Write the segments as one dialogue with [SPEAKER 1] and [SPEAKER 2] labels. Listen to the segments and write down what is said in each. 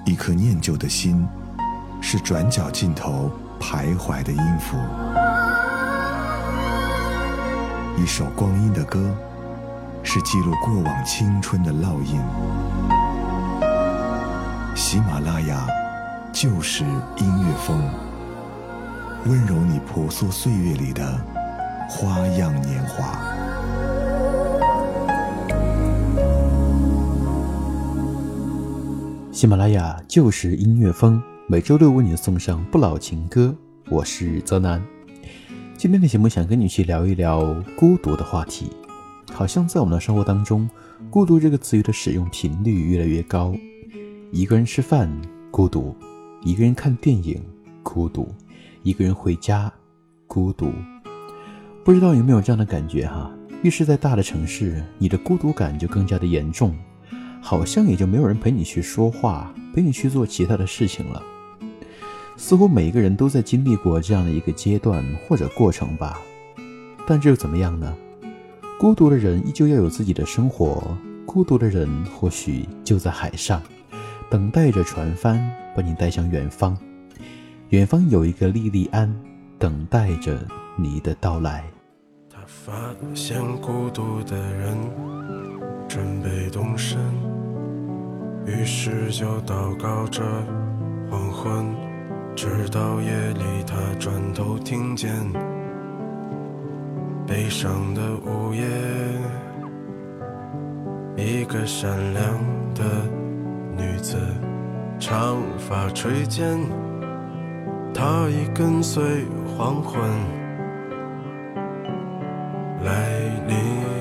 [SPEAKER 1] 一颗念旧的心，是转角尽头徘徊的音符。一首光阴的歌，是记录过往青春的烙印。喜马拉雅就是音乐风，温柔你婆娑岁月里的花样年华。
[SPEAKER 2] 喜马拉雅就是音乐风，每周六为你送上不老情歌，我是泽南。今天的节目想跟你去聊一聊孤独的话题。好像在我们的生活当中，孤独这个词语的使用频率越来越高。一个人吃饭孤独，一个人看电影孤独，一个人回家孤独。不知道有没有这样的感觉哈？越是在大的城市，你的孤独感就更加的严重，好像也就没有人陪你去说话，陪你去做其他的事情了。似乎每一个人都在经历过这样的一个阶段或者过程吧。但这又怎么样呢？孤独的人依旧要有自己的生活，孤独的人或许就在海上，等待着船帆把你带向远方。远方有一个莉莉安，等待着你的到来。
[SPEAKER 3] 他发现孤独的人准备动身，于是就祷告着黄昏，直到夜里他转头听见悲伤的午夜，一个善良的女子，长发垂肩，她已跟随黄昏来临。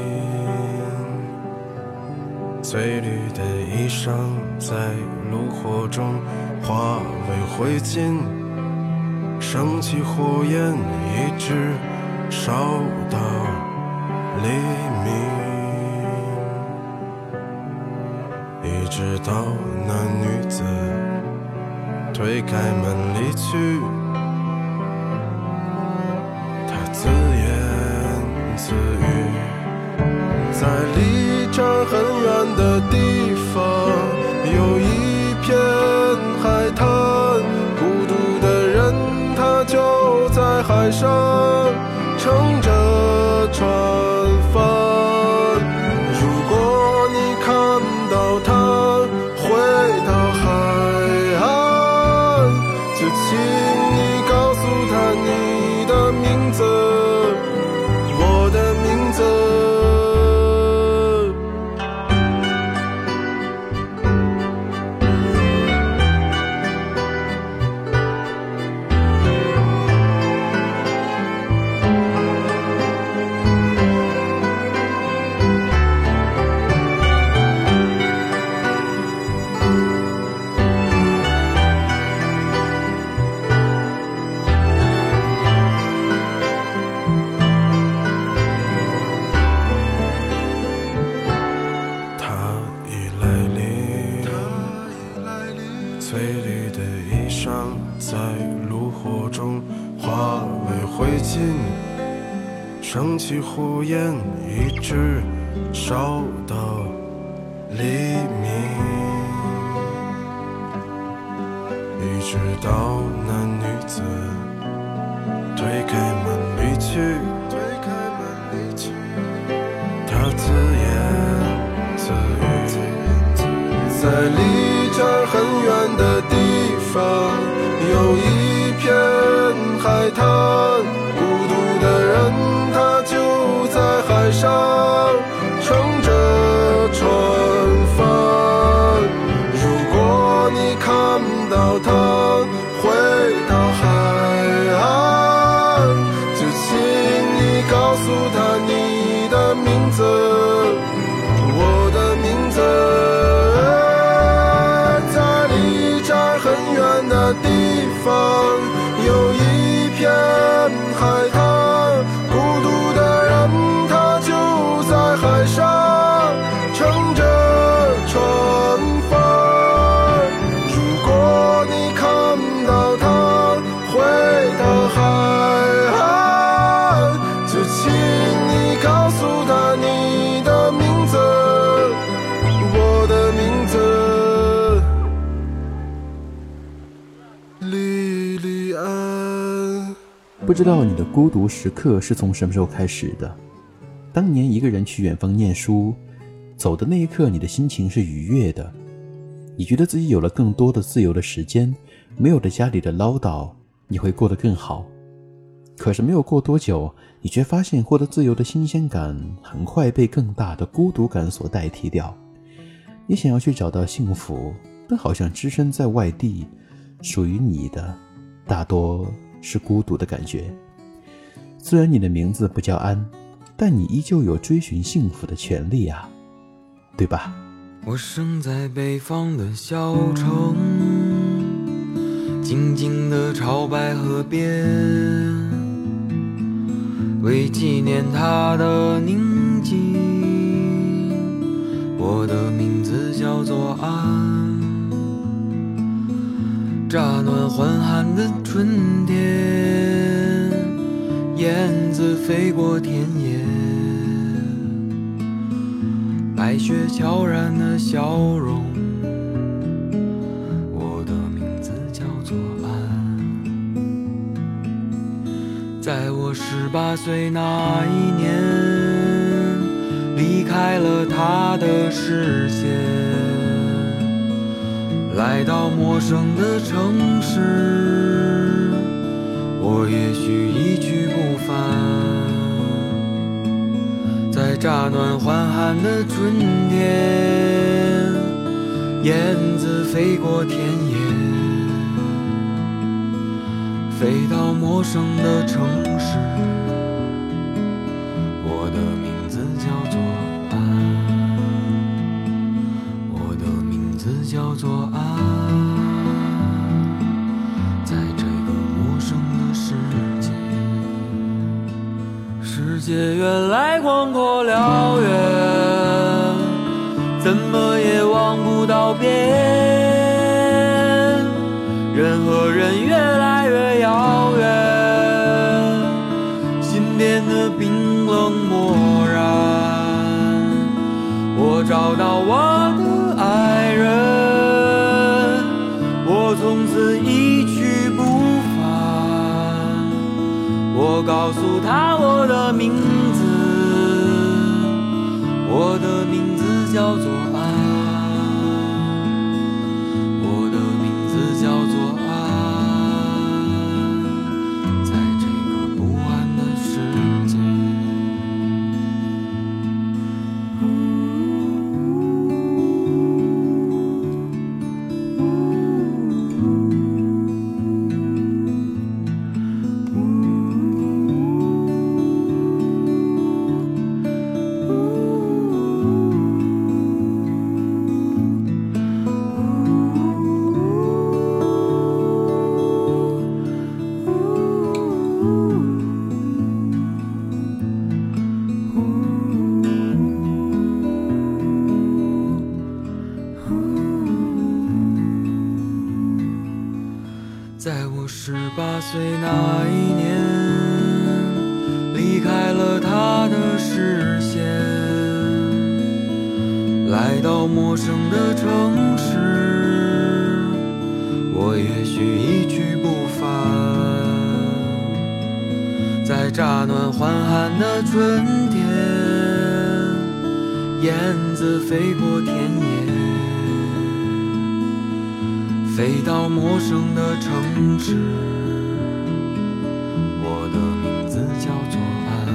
[SPEAKER 3] 翠绿的衣裳在炉火中化为灰烬，升起火焰一直烧到黎明，一直到那女子推开门离去。她自言自语，在离这儿很远的地方有一片海滩，孤独的人他就在海上乘着船帆。如果你看到他回到海岸，就请你告诉他你的名字，我的名字。翠绿的衣裳在炉火中化为灰烬，升起火焰一直烧到黎明，一直到那女子推开门离去。她自言自语，在离这儿很远的地方有一片海滩，孤独的人他就在海上乘着船帆。如果你看到他回到海岸，就请你告诉他你的名字，我的名字。的地方有一片海滩，孤独的人他就在海上乘着船帆。如果你看到他回到海岸，就请你告诉他你的名字，我的名字。
[SPEAKER 2] 不知道你的孤独时刻是从什么时候开始的？当年一个人去远方念书，走的那一刻，你的心情是愉悦的，你觉得自己有了更多的自由的时间，没有了家里的唠叨，你会过得更好。可是没有过多久，你却发现获得自由的新鲜感很快被更大的孤独感所代替掉。你想要去找到幸福，但好像只身在外地，属于你的大多是孤独的感觉。虽然你的名字不叫安，但你依旧有追寻幸福的权利啊，对吧？
[SPEAKER 4] 我生在北方的小城，静静地朝白河边，为纪念他的宁静，我的名字叫做安。乍暖还寒的春天，燕子飞过田野，白雪悄然的笑容，我的名字叫做安。在我18岁那一年，离开了他的视线，来到陌生的城市，我也许一去不返。在乍暖还寒的春天，燕子飞过田野，飞到陌生的城市，我的名字叫做安，我的名字叫做安。在这个陌生的世界，世界原来广阔辽远，怎么也望不到边，人和人越来越遥远，心变得冰冷漠然。我找到我的爱人，我从此一去不返。我告诉他我的名字，我的名字叫做安，我的名字叫做安。在这个不安的世界，在我18岁那一年，离开了他的视线，来到陌生的城市，我也许一去不返。在乍暖还寒的春天，燕子飞过田野，飞到陌生的城市，我的名字叫做安，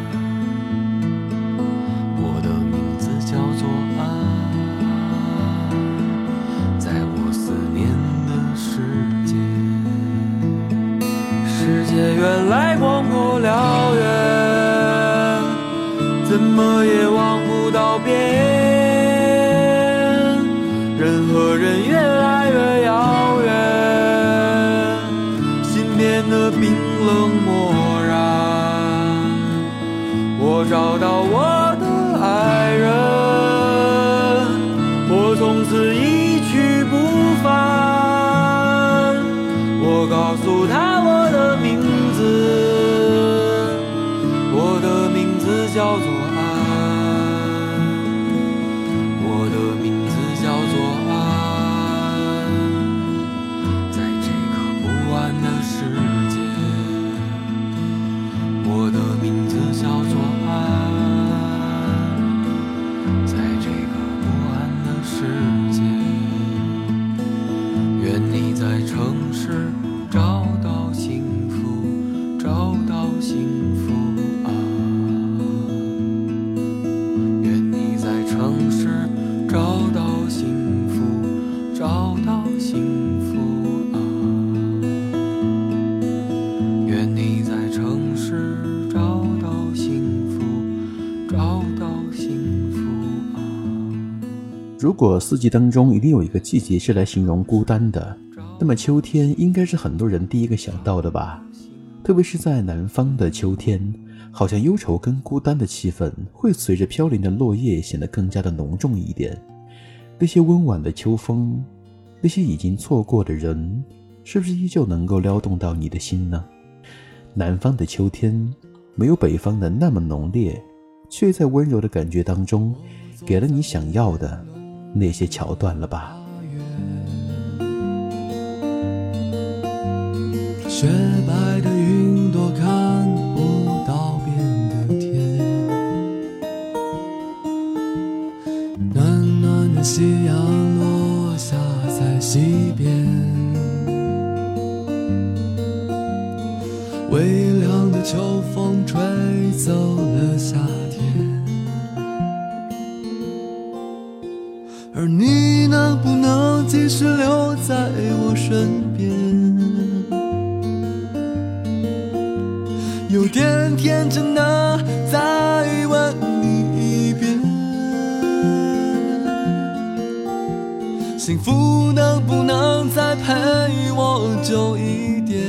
[SPEAKER 4] 我的名字叫做安。在我思念的世界，世界原来广阔辽远，怎么也望不到边，人和人越来越遥远，心变得冰冷漠然。我找到我的爱人，我从此一去不返。我告诉他我的名字，我的名字叫做安，我的名字叫做安。在这个不安的世界，
[SPEAKER 2] 如果四季当中一定有一个季节是来形容孤单的，那么秋天应该是很多人第一个想到的吧。特别是在南方的秋天，好像忧愁跟孤单的气氛会随着飘零的落叶显得更加的浓重一点。那些温婉的秋风，那些已经错过的人，是不是依旧能够撩动到你的心呢？南方的秋天没有北方的那么浓烈，却在温柔的感觉当中给了你想要的那些桥段了吧。
[SPEAKER 5] 雪白的云朵看不到边的天，暖暖的夕阳落下在西边，微凉的秋风吹走了夏天，而你能不能继续留在我身边，有点天真的再问你一遍，幸福能不能再陪我久一点，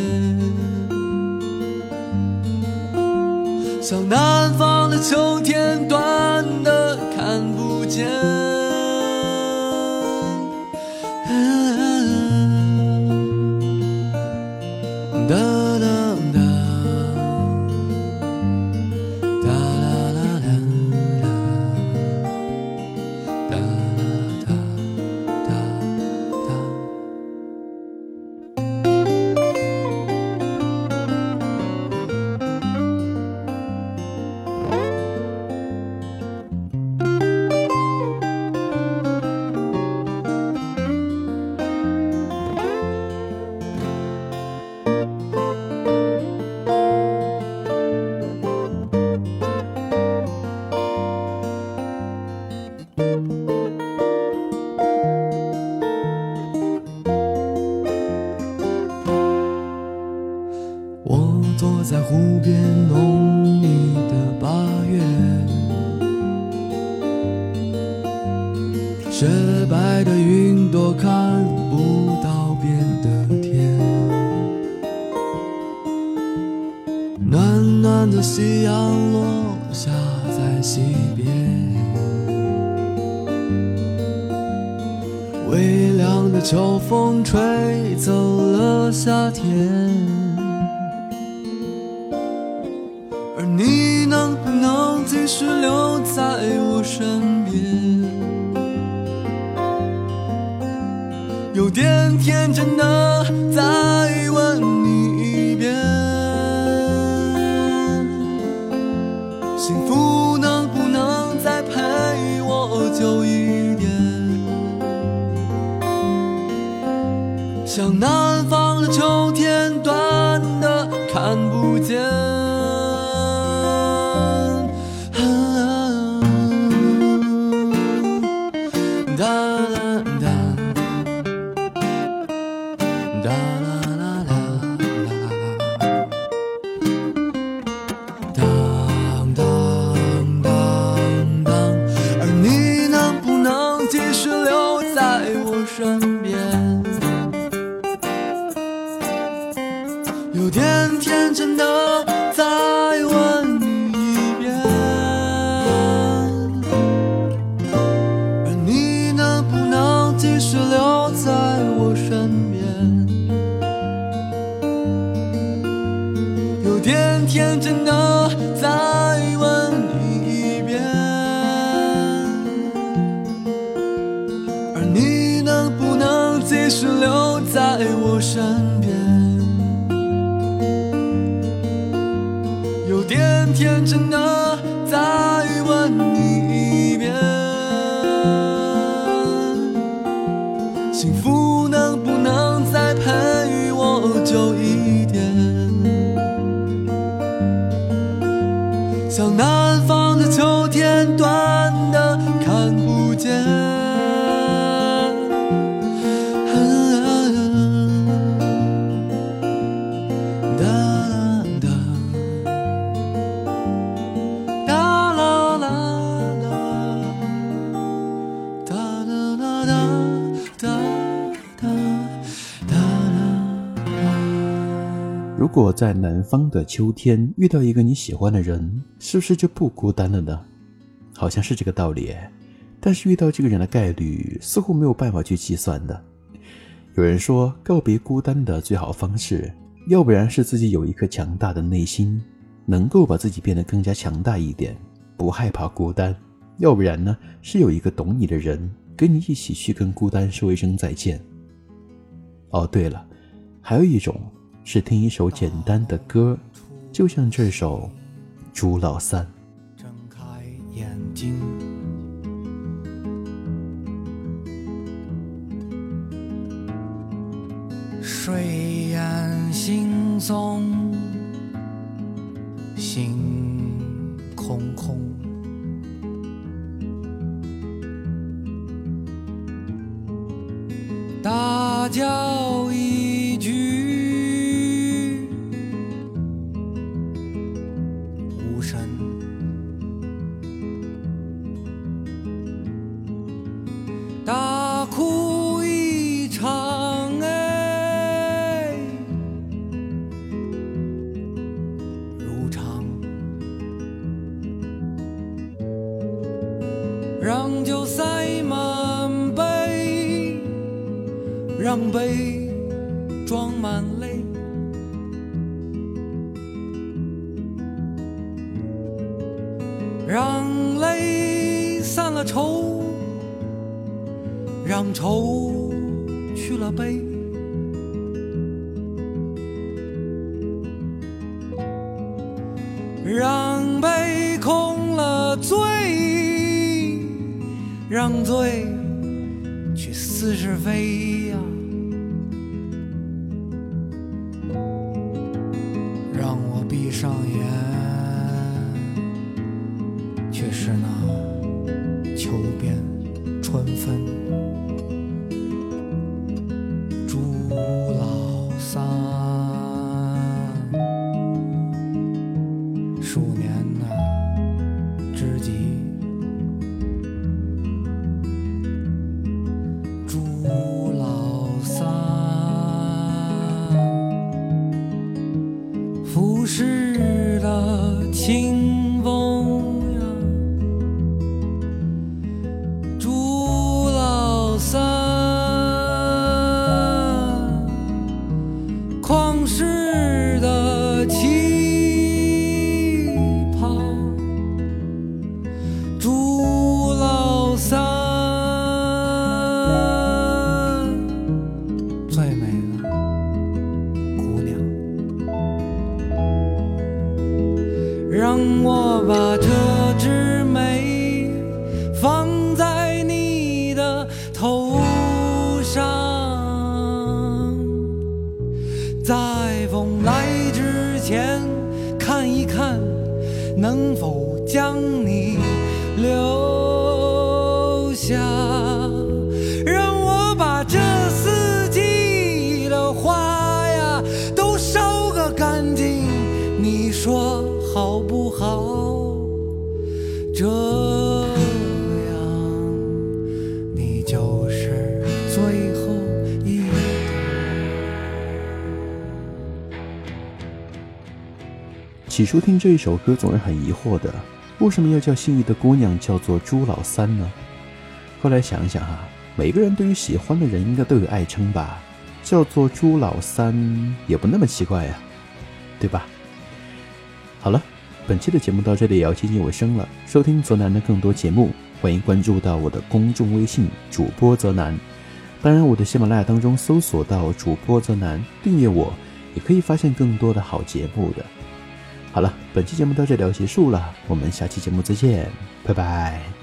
[SPEAKER 5] 像南方的秋天短的看不见，哒哒哒我坐在湖边浓密的8月，雪白的云朵看不到边的天，暖暖的夕阳落下在西边，微凉的秋风吹走了夏天，而你能不能继续留在我身边，有点天真的再问你一遍，幸福能不能再陪我久一点，像南方的秋天短的看不见，身边，有点天真的再问你一遍，而你能不能继续留在我身边，有点天真的再问你一遍，而你能不能继续留在我身边，有点天真的再问你一遍，幸福能不能再陪我久一点，像南方的秋天短的看不见，哒啦啦啦，哒啦。
[SPEAKER 2] 如果在南方的秋天遇到一个你喜欢的人，是不是就不孤单了呢？好像是这个道理，但是遇到这个人的概率似乎没有办法去计算的。有人说，告别孤单的最好方式，要不然是自己有一颗强大的内心，能够把自己变得更加强大一点，不害怕孤单；要不然呢，是有一个懂你的人，跟你一起去跟孤单说一声再见。哦，对了，还有一种是听一首简单的歌，就像这首《朱老三》。
[SPEAKER 5] 睁开眼睛，睡眼惺忪，心空空，大叫一句无声，大哭一场，如常，让酒塞满杯，让杯装满泪，让泪散了愁，让愁去了悲，让杯空了醉，让醉去似是非呀，让我闭上眼，却是那秋边春分。朱老三，数年的知己，朱老三，浮世的清风呀，朱老三，旷世的旗袍，朱老三，最美的姑娘，让我把这枝梅放在你的头上，在风来之前看一看，能否将你留下，让我把这四季的花呀都烧个干净，你说好不好？这样你就是最后一朵。
[SPEAKER 2] 起初听这一首歌总是很疑惑的，为什么要叫心仪的姑娘叫做朱老三呢？后来想想每个人对于喜欢的人应该都有爱称吧，叫做朱老三也不那么奇怪呀，对吧？好了，本期的节目到这里也要接近尾声了。收听泽南的更多节目，欢迎关注到我的公众微信主播泽南，当然我的喜马拉雅当中搜索到主播泽南，订阅我也可以发现更多的好节目的。好了，本期节目到这里要结束了，我们下期节目再见，拜拜。